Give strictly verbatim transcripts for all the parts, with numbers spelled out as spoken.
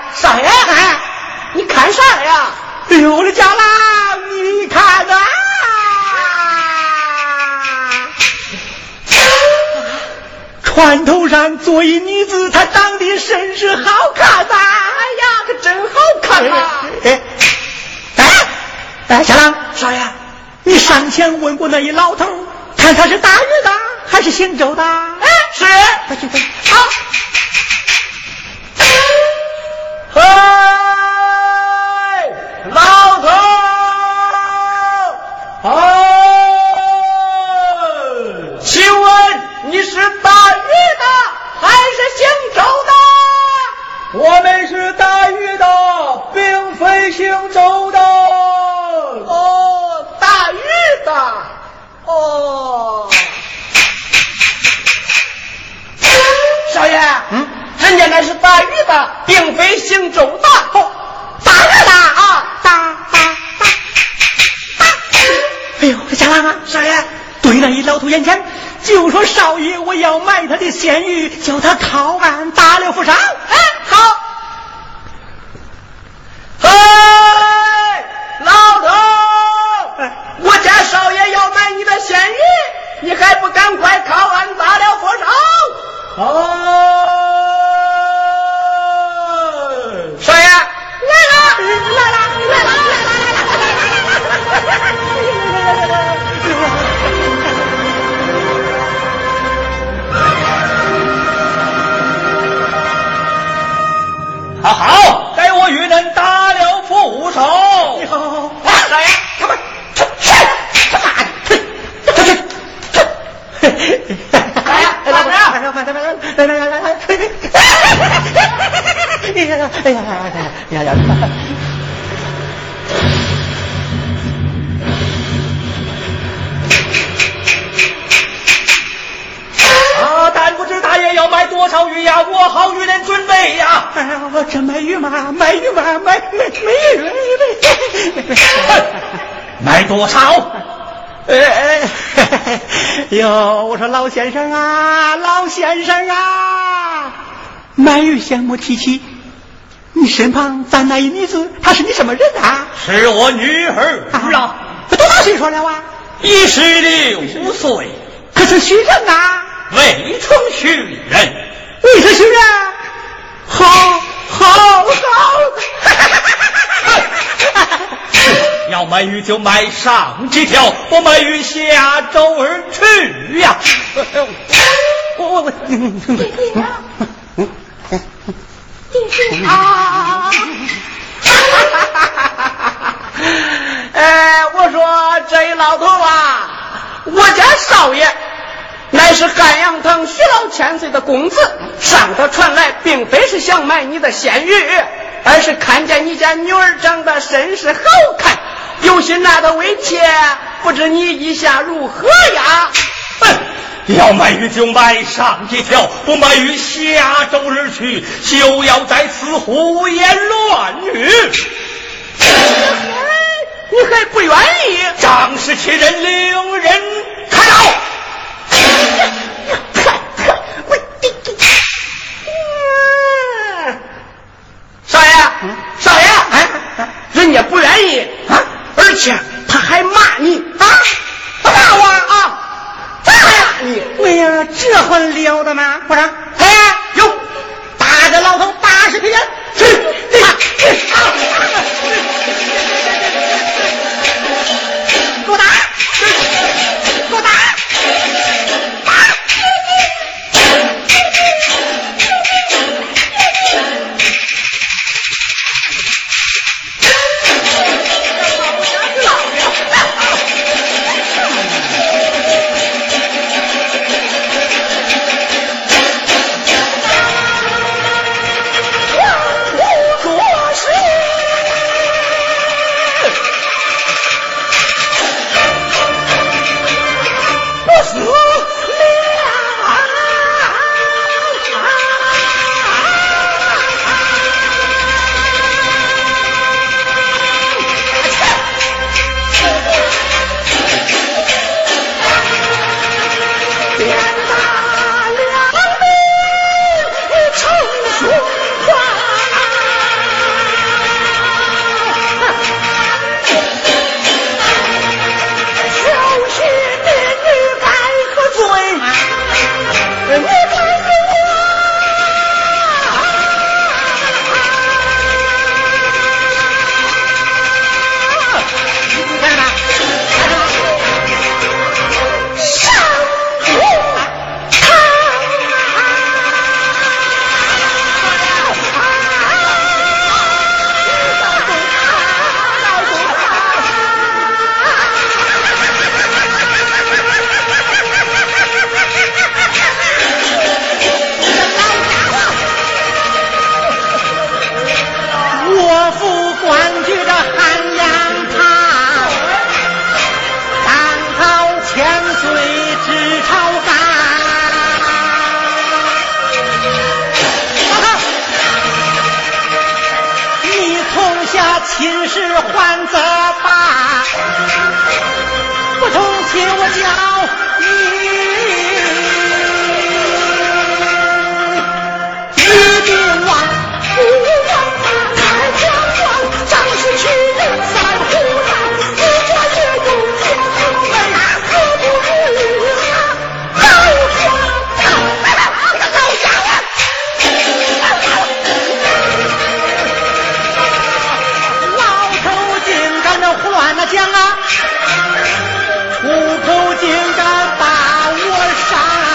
少爷，哎，你看啥呀？ 哎呦，我的家啦，你看呐、啊！船头上坐一女子，她长得甚是好看呐、啊！ 哎呀，可真好看啊！ 哎哎哎，小郎少爷， 你上前问过那一老头，看他是打鱼的还是行舟的？ 哎，是。 快去快。 好。 嘿，老头！哦，请问你是打鱼的还是行舟的？我们是打鱼的，并非行舟的。 哦，打鱼的。哦。少爷， 嗯， 人家那是打鱼的，并非行舟的。哦，打鱼的啊， 打打打打！哎呦，这家郎啊， 少爷， 对那一老头眼前就说：“少爷，我要买他的鲜鱼，叫他靠岸打了不少。” 哎，好。 嘿，老头， 我家少爷要买你的鲜鱼，你还不赶快靠岸打了不少？ 哦。 少爷来了，来了，来了，来了， 好好，该我与人打了副手。 好， 少爷，他们去去去哪去？去去去！哎呀，老板啊！ 来来来来来来来来！哎呀哎呀哎呀呀！ 啊，但不知大爷要买多少鱼呀？我好与人准备呀。 哎呀，这买鱼嘛，买鱼嘛，买买买鱼， 买多少？ 哎哎哟，我说老先生啊，老先生啊，买鱼先莫提起。你身旁站那一女子，她是你什么人啊？ 是我女儿啊。 这多大岁数了啊？ 一十六岁。 可是许人啊？ 未曾许人。 未曾许人？好，好，好。 要买鱼就买上几条，我买鱼下舟而去呀。 我我我。 弟弟啊！哎，我说这一老头啊，我家少爷乃是汉阳堂徐老千岁的公子，上头传来，并非是想买你的鲜鱼，而是看见你家女儿长得甚是好看，有心纳她为妾，不知你意下如何呀？ 要买鱼就买上几条，不买鱼下舟而去，休要在此胡言乱语。 你还不愿意？ 仗势欺人，令人看到。 少爷，少爷，哎，人家不愿意啊，而且他还骂你啊，他骂我啊。你哎呀，这还了得吗？我说， 哎，有打着老头打死别人，去，啊，给我打，给我打，打！ 下亲事还则罢，不从亲我叫你一定忘。 不忘他二将忘，张氏去人三虎难，四家也有天后门，何不如啊？老头竟敢那胡乱那讲啊，出口竟敢把我杀，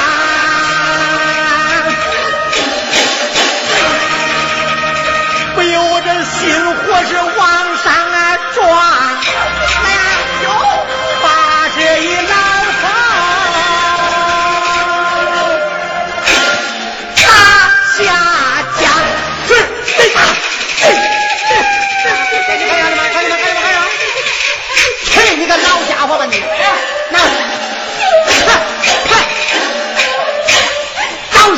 不由这心火是往上啊撞，哎呀哟，把这一老头打下家，是对他。去你个老家伙吧你！那，快快，张叔！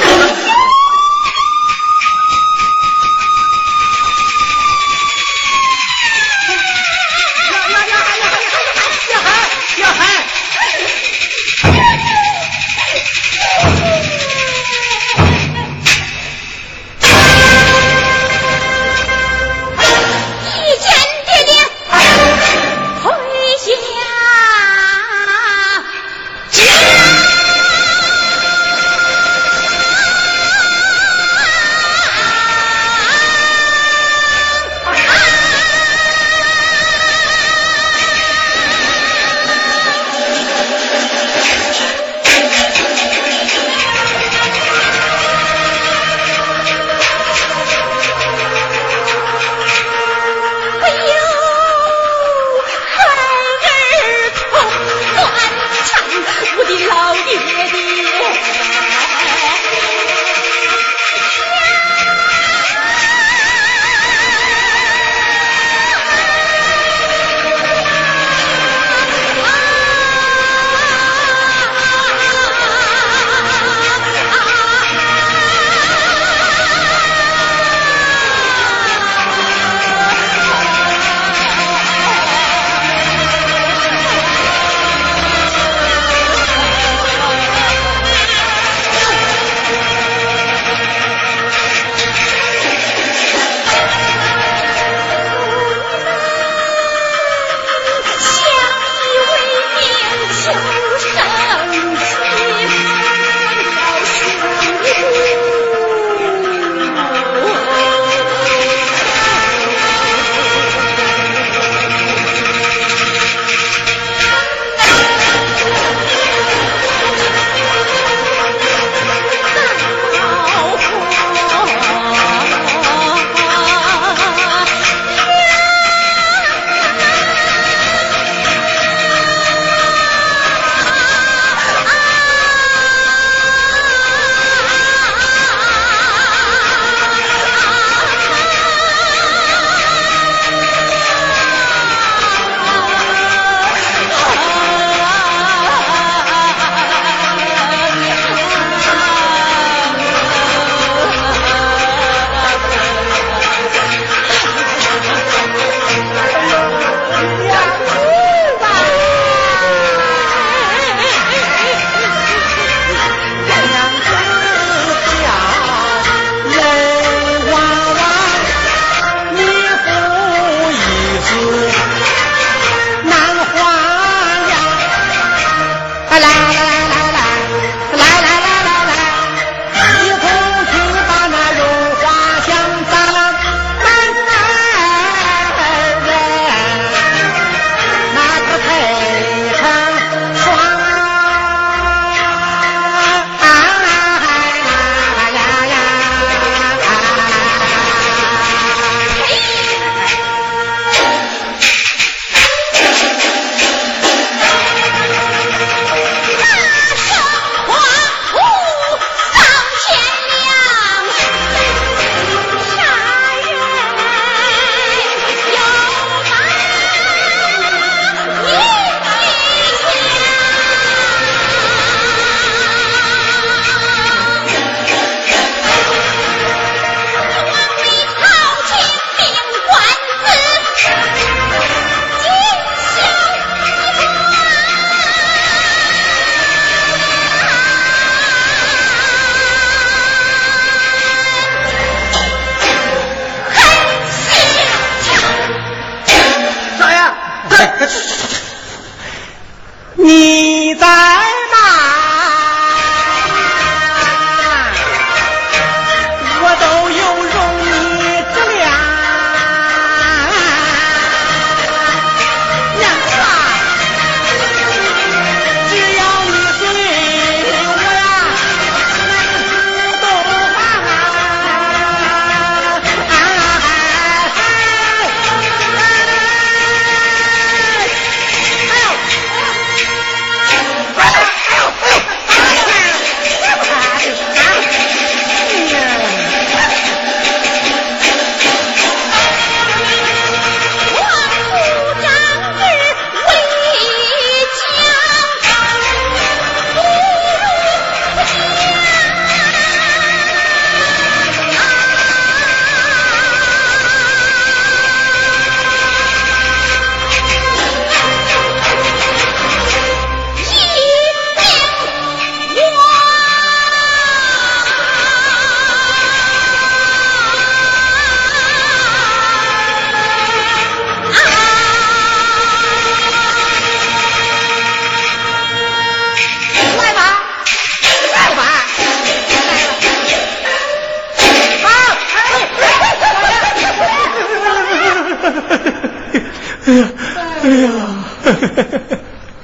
哎呀，哎呀，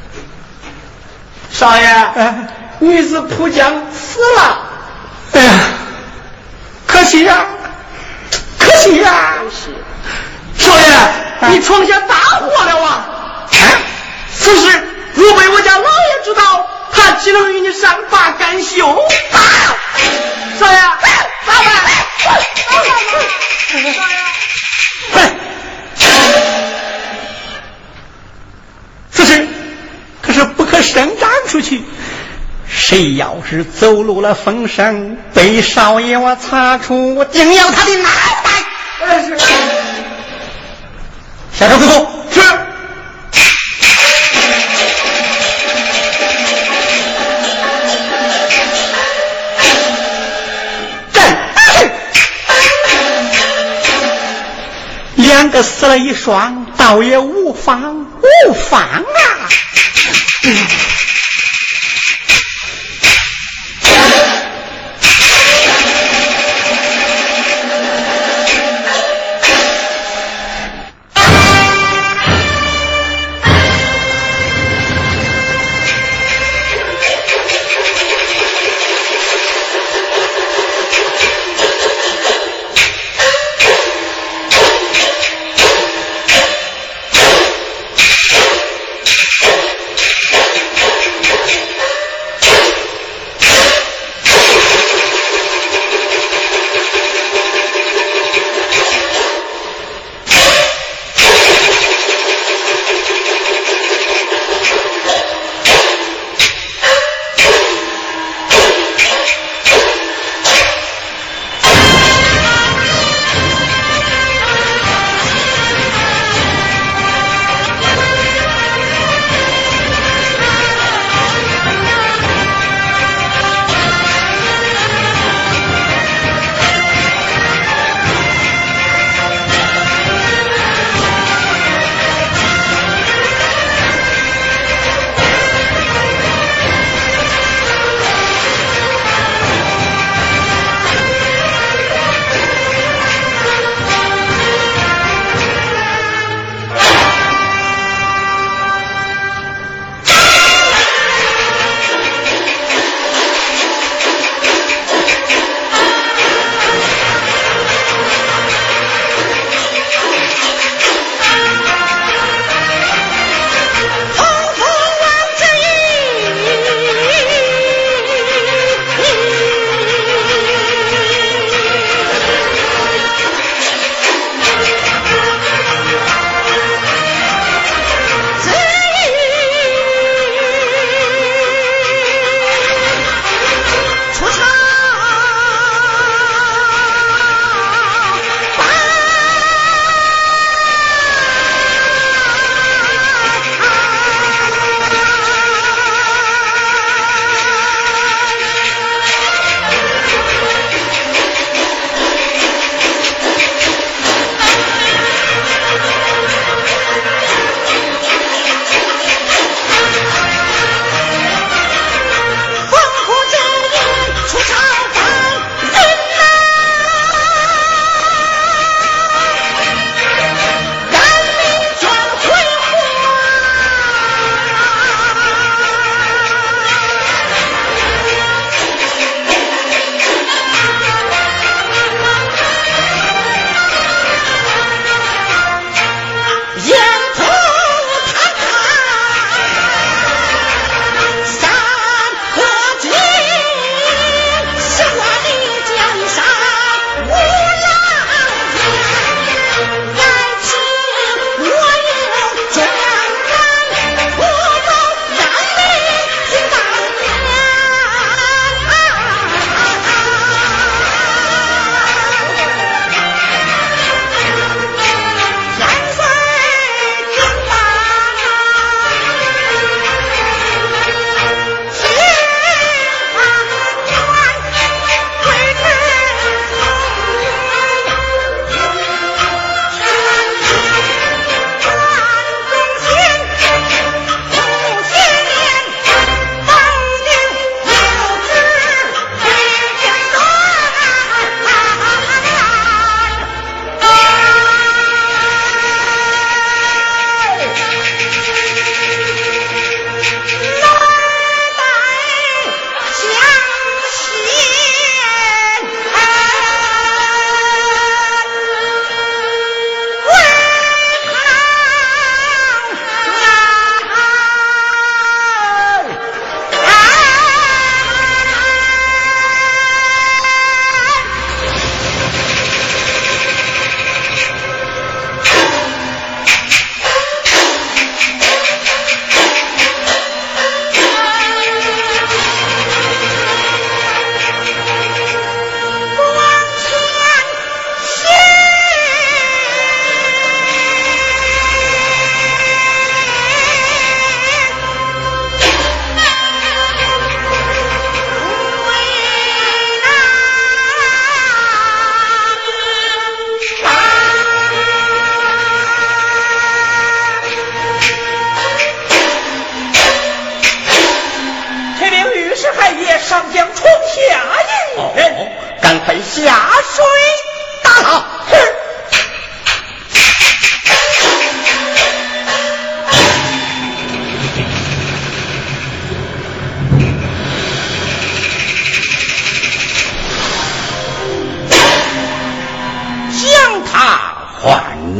少爷， 哎， 女子浦江死了。 哎呀，可惜呀、啊，可惜呀、啊！ 少爷，啊、你闯下大祸了啊！此事若被我家老爷知道，他岂能与你善罢甘休？啊！少爷，咋办？咋办？少爷， 快！此事可是不可声张出去。谁要是走漏了风声，被少爷我查出，我定要他的脑袋！ 是。 下手吩咐。 是。 站！两个死了一双，倒也无妨，无妨啊！嗯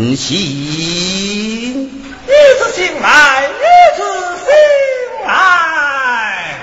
真心， 女子醒来，女子醒来。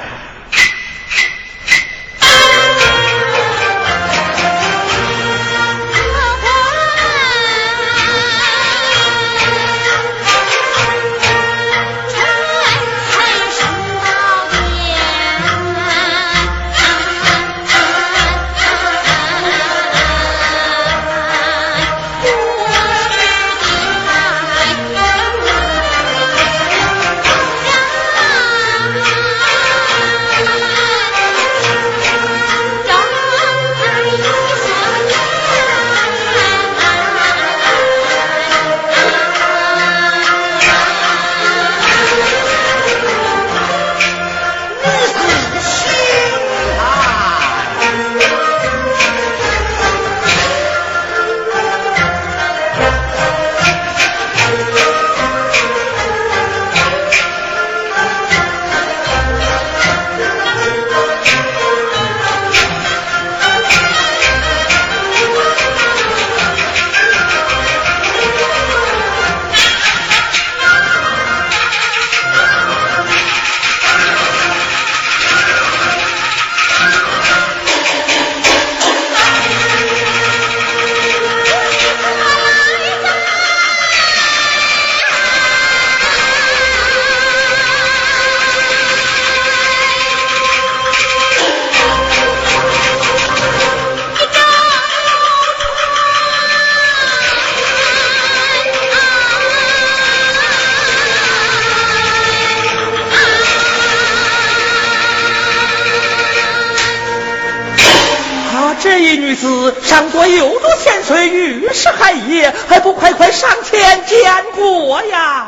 上座有着千岁御史寒夜，还不快快上前见过呀？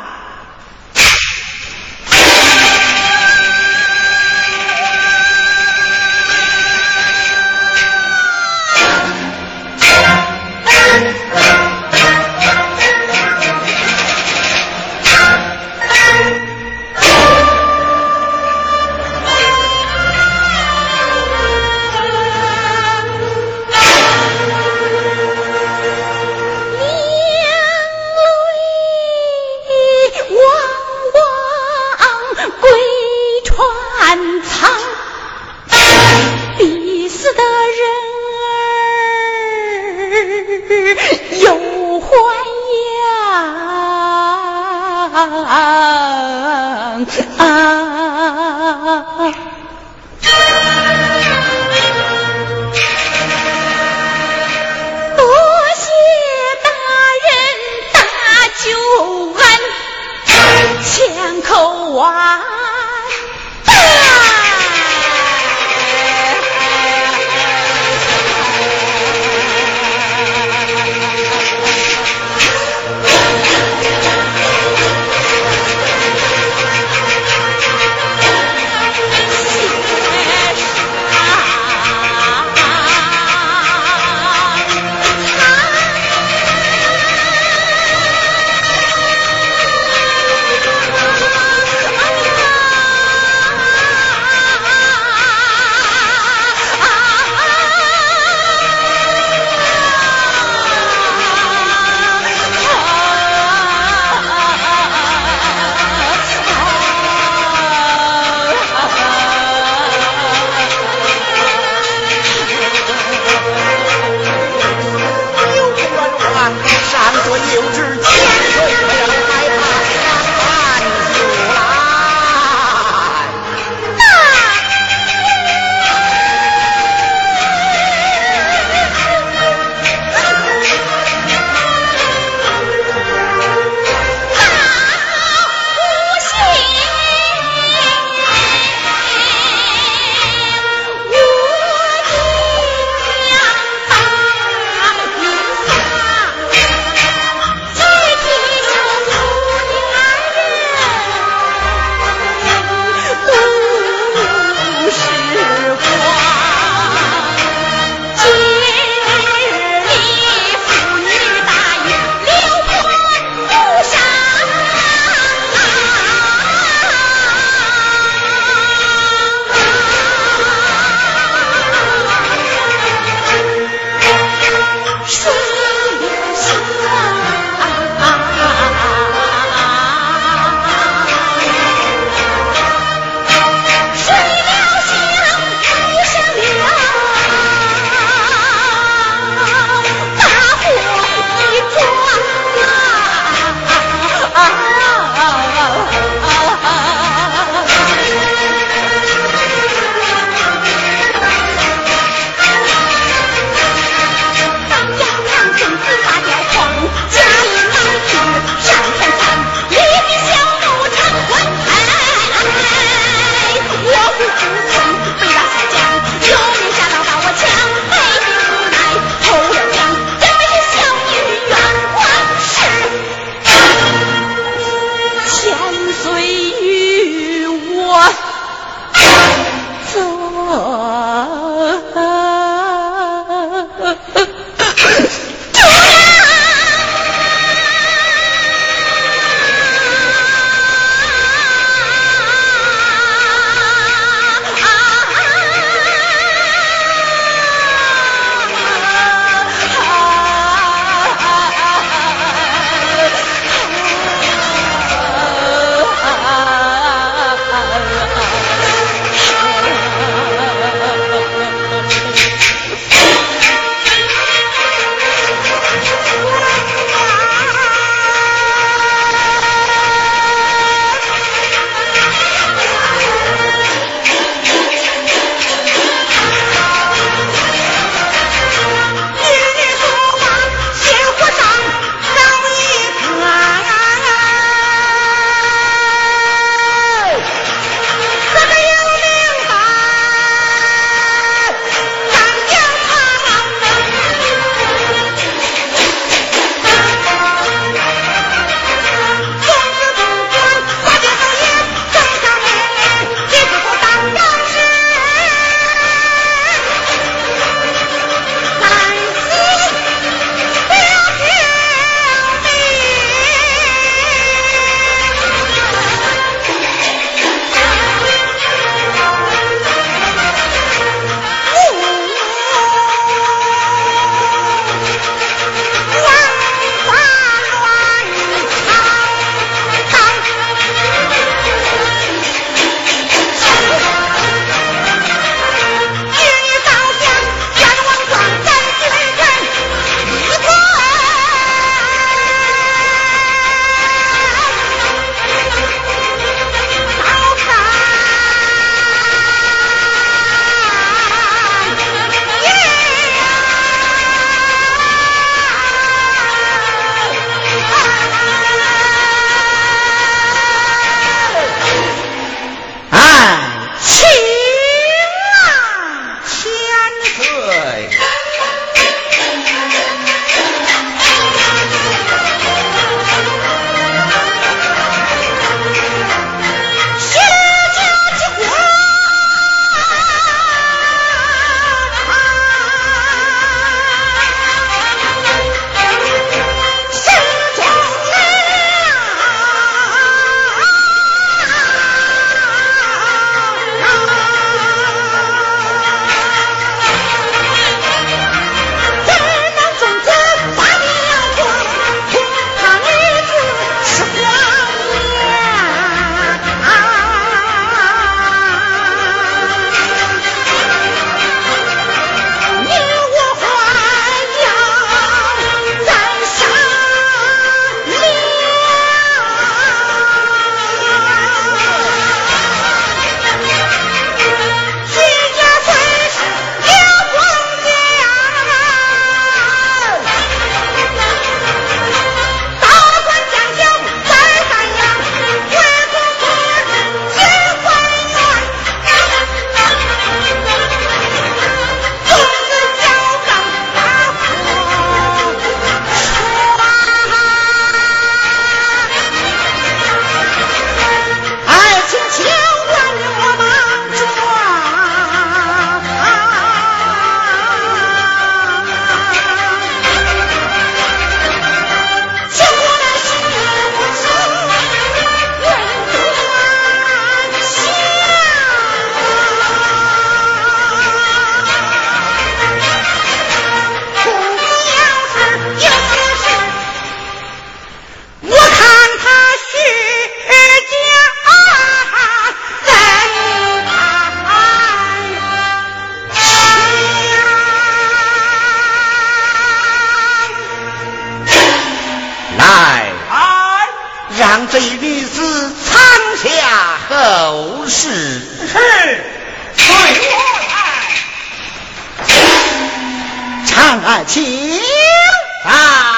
让这女子藏下后事。 是，随我来。 长安请来。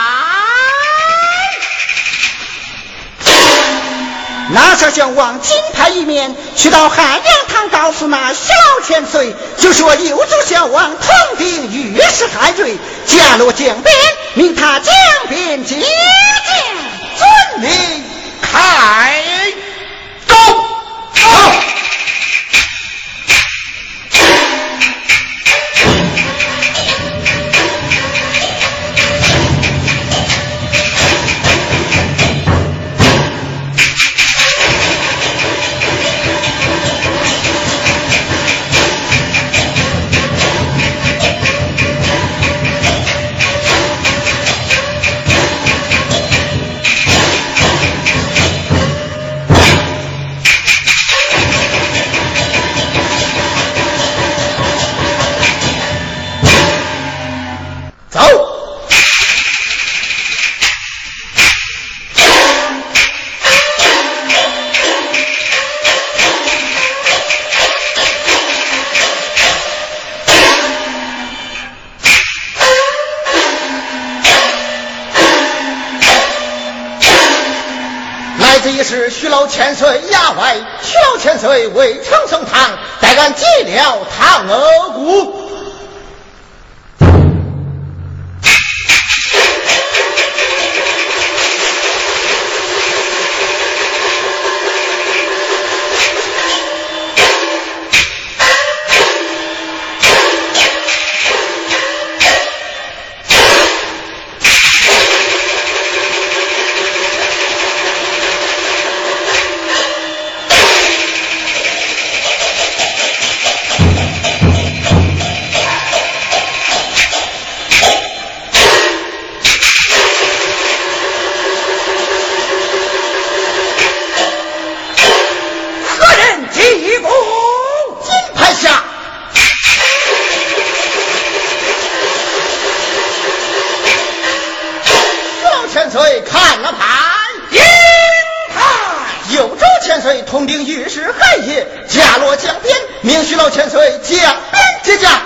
那小将往金牌一面去到汉阳堂，告诉那小千岁，就说右主小王同定御史害罪，加罗江边，命他江边接见，遵令开走。走。 是徐老千岁衙外，徐老千岁未曾送堂，待俺结了堂额骨。统领御史海爷加罗江边，命徐老千岁江边接驾。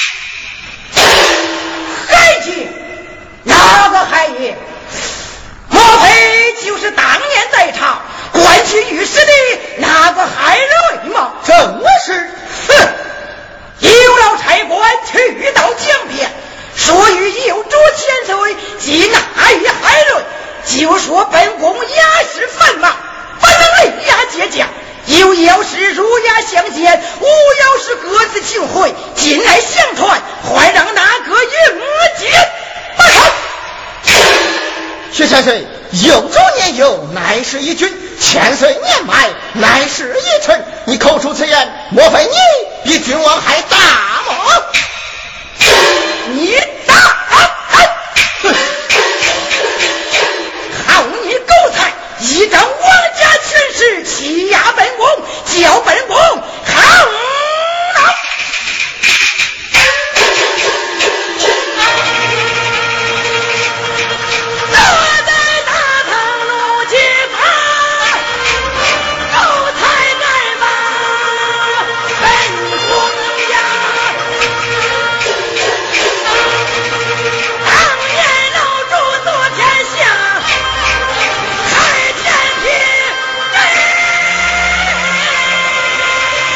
海爷，哪个海爷？莫非就是当年在朝官去御史的那个海瑞吗？ 正是。 哼，有劳差官去到江边，说与右主千岁及那一海瑞，就说本宫雅事繁忙，不能立衙接驾。有要事如衙相见，无要事各自请回，近来相传，快让那个迎接不成。 薛千岁，右主年幼，乃是一君；千岁年迈，乃是一臣。你口出此言，莫非你比君王还大吗？ 你大！哼！好你狗才，一张王家权势欺压本宫，叫本宫好恼！坐在大堂路几旁，狗才该骂本宫呀！当年老主做天下，开天地。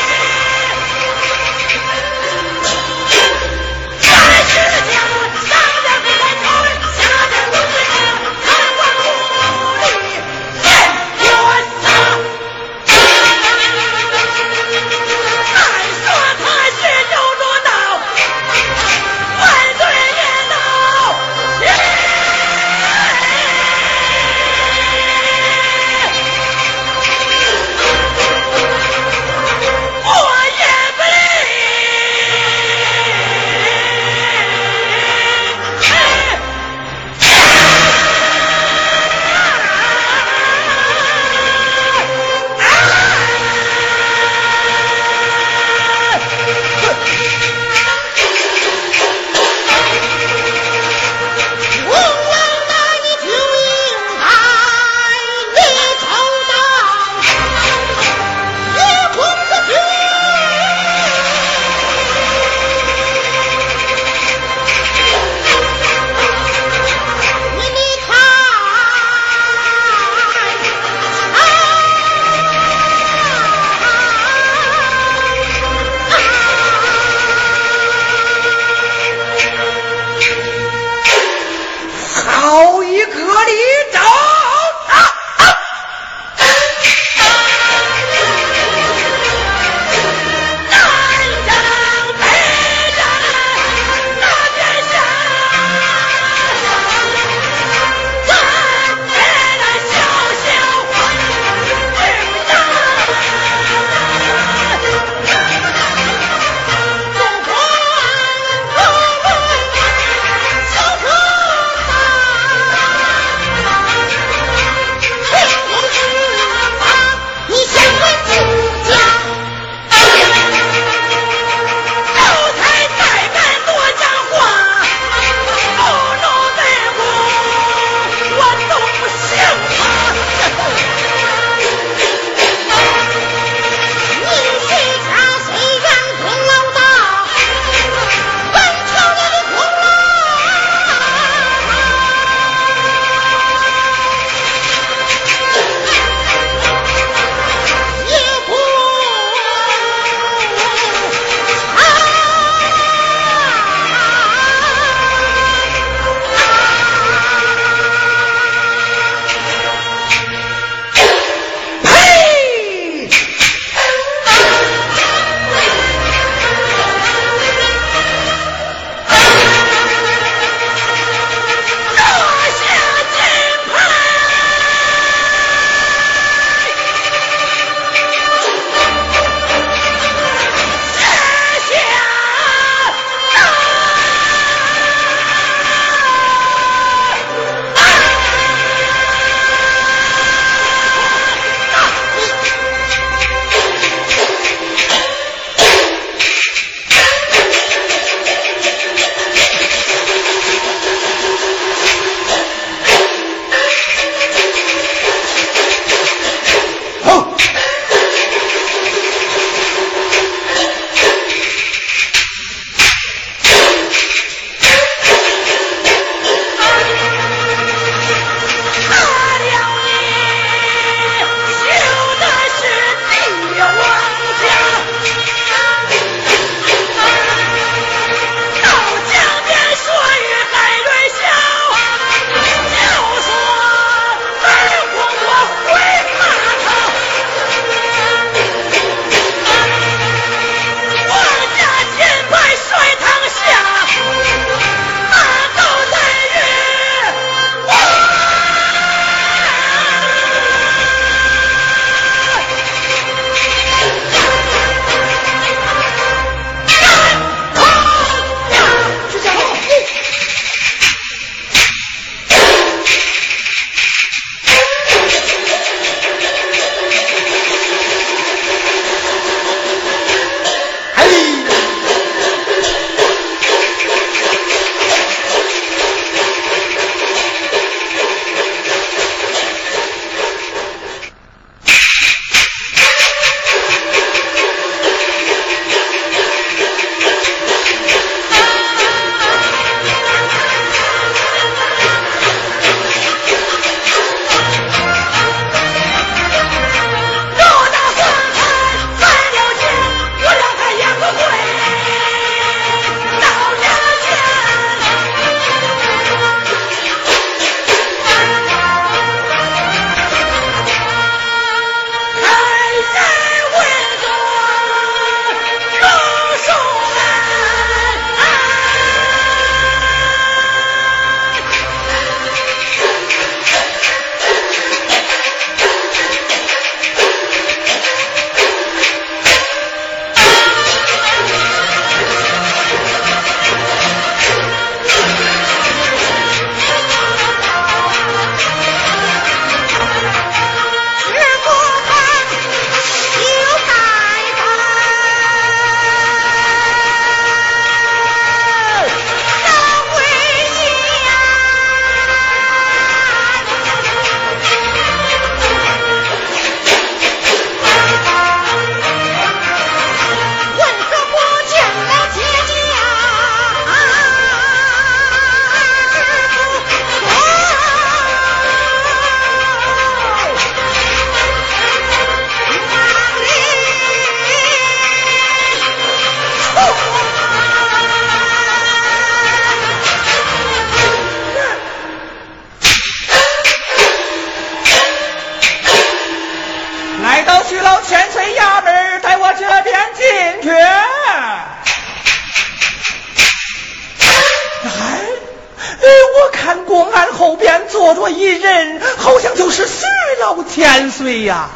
坐着一人，好像就是徐老千岁呀。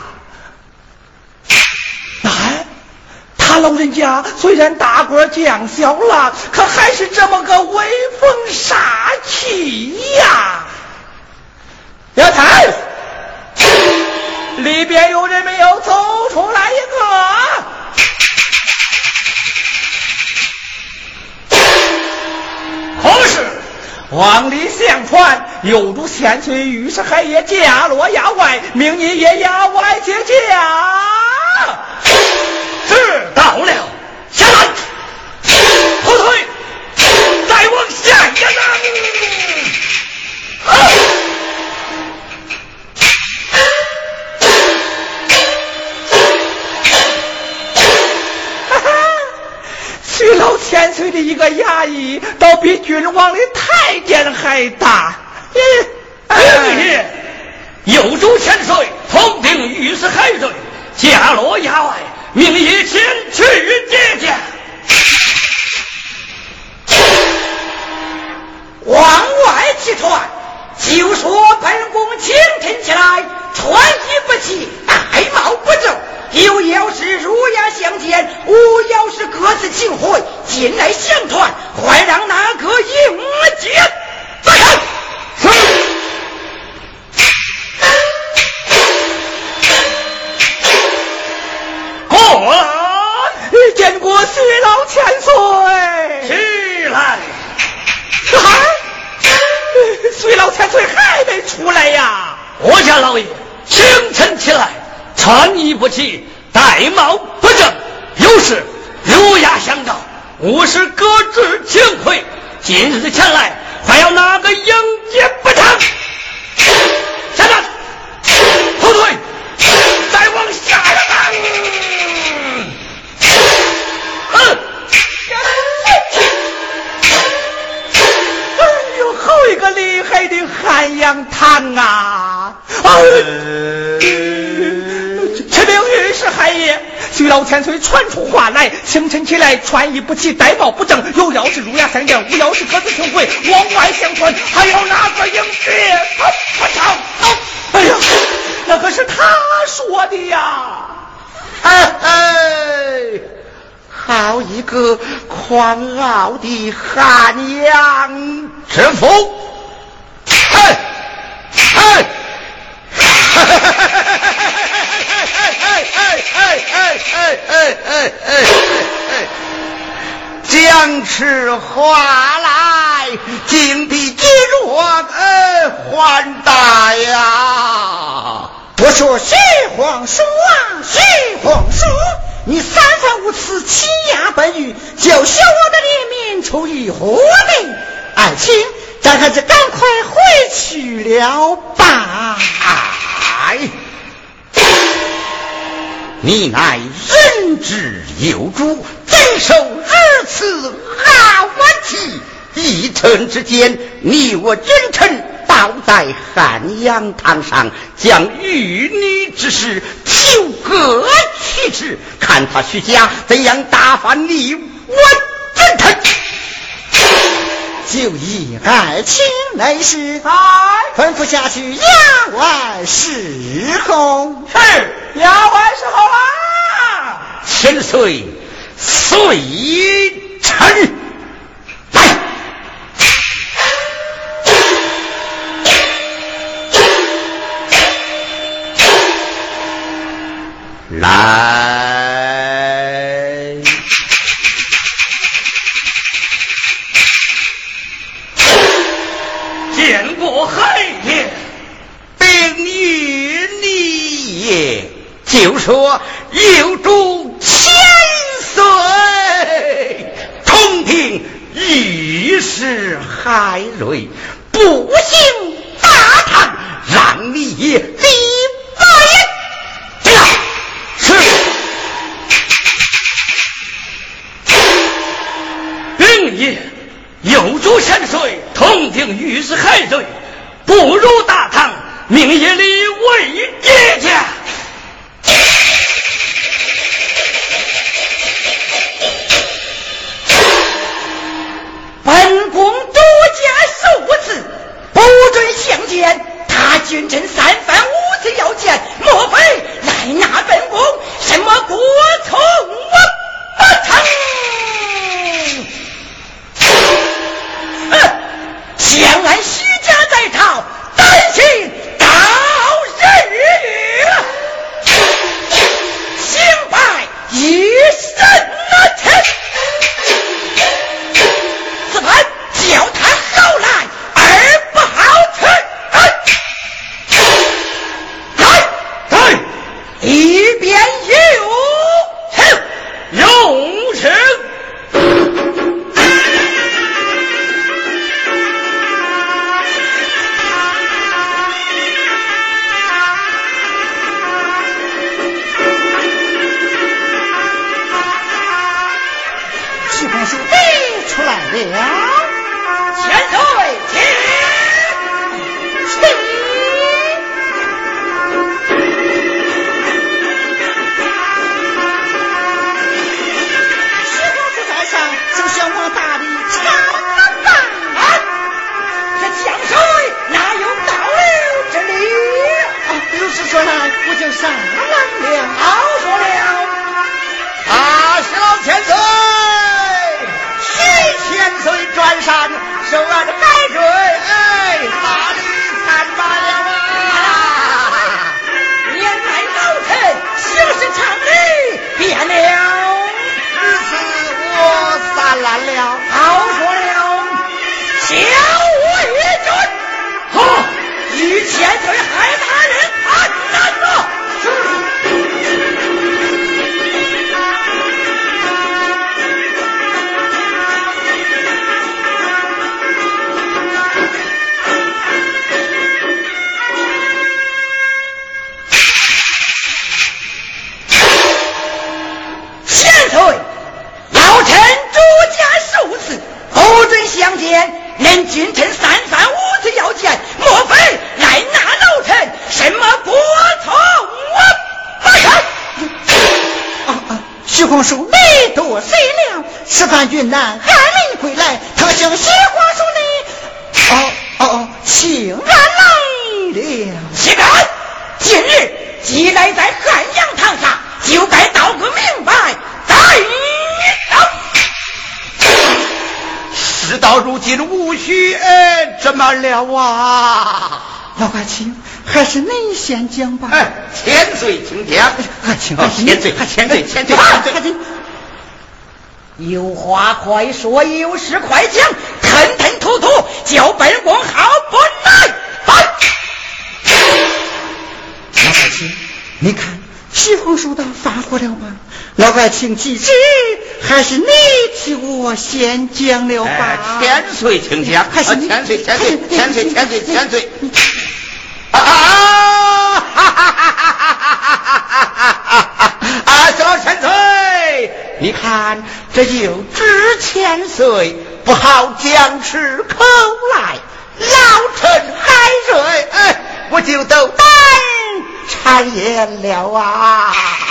哎，他老人家虽然大官降小了，可还是这么个威风煞气呀。 姚太，里边有人没有？走出来一个。可是往里相传，有主千岁御史海爷驾落衙外，命你也衙外接驾。知道了，下来，后退，再往下一扔。啊！徐老千岁的一个衙役，倒比君王的太监还大。 明日有主千岁同定御史海罪，驾落衙外，命也前去接驾。 往外提传，就说本宫清晨起来，穿衣不齐，戴帽不正，有要事入衙相见，无要事各自请回，进来相团，快让那个迎接。走开！是。 过来， 见过徐老千岁。 起来。 啊！徐老千岁还没出来呀！ 我家老爷清晨起来，穿衣不齐，戴帽不正，有事入衙相告，无事各自请回。今日前来，还要哪个迎接不成？现在后退，再往下扔。嗯。 哎呦，好一个厉害的汉阳堂啊！呃，启禀御史海爷，徐老千岁传出话来，清晨起来穿衣不齐，戴帽不正，有要事入衙相见，无要事各自请回，往外相传，还要哪个迎接？啊，不成！哎呀，那可是他说的呀！ 哎哎，好一个狂傲的汉阳知府！哎哎！ 哎哎哎哎哎哎哎哎！将此话来，敬地接若呃还大呀！ 我说徐皇叔啊，徐皇叔，你三番五次欺压本狱，就削我的脸面出于何类？爱卿，咱还是赶快回去了吧。 哎，你乃人之有主，怎受如此好气？一臣之间，你我君臣倒在汉阳堂上，将玉女之事休割去之，看他徐家怎样打翻你我君臣。 就以爱卿内事，吩咐下去衙外侍候。 是衙外侍候啦。 千岁随臣来。来， 见过海爷， 并与你也，就说有主千岁同听御史海瑞，不幸大唐，让你也礼拜进来。是。 并也有主千岁同定御史海瑞，不如大唐，命也里为接驾。 本宫独家数字，不准相见。 千岁，请请。徐公主在上，就向我大礼长安。这江水哪有倒流之理？啊，如是说来，我就上来了。好说了。 啊，是老千岁，徐千岁转山，手按着改罪，哎，大礼参罢了啊！ 年迈老臣行事常理变了， 如此我散懒了。 好说了，小魏准，好，与千岁害他人判难了。老臣主家数次不准相见，连君臣三番五次要见，莫非来拿老臣什么过从我不成？啊啊！徐皇叔累多谁了？吃饭云南安民归来，特向徐皇叔你哦哦哦，请然来了。岂敢！今日既来在汉阳堂上，就该道个明白。 事到如今，无需呃这么了啊！ 老快请，还是您先讲吧。 哎，千岁请讲。 请， 千岁，千岁，千岁，千岁。 有话快说，有事快讲，吞吞吐吐，叫本宫好不耐烦。老快请，你看徐皇叔倒发火了吧？老快请继之，还是你替我先讲了吧？ 哎、千岁请讲， 还是千岁，千岁，千岁，千岁，千岁。啊啊！哈哈哈哈哈哈！啊，小千岁，你看这有知千岁不好讲出口来，老臣海瑞，哎，我就都胆谗言了啊！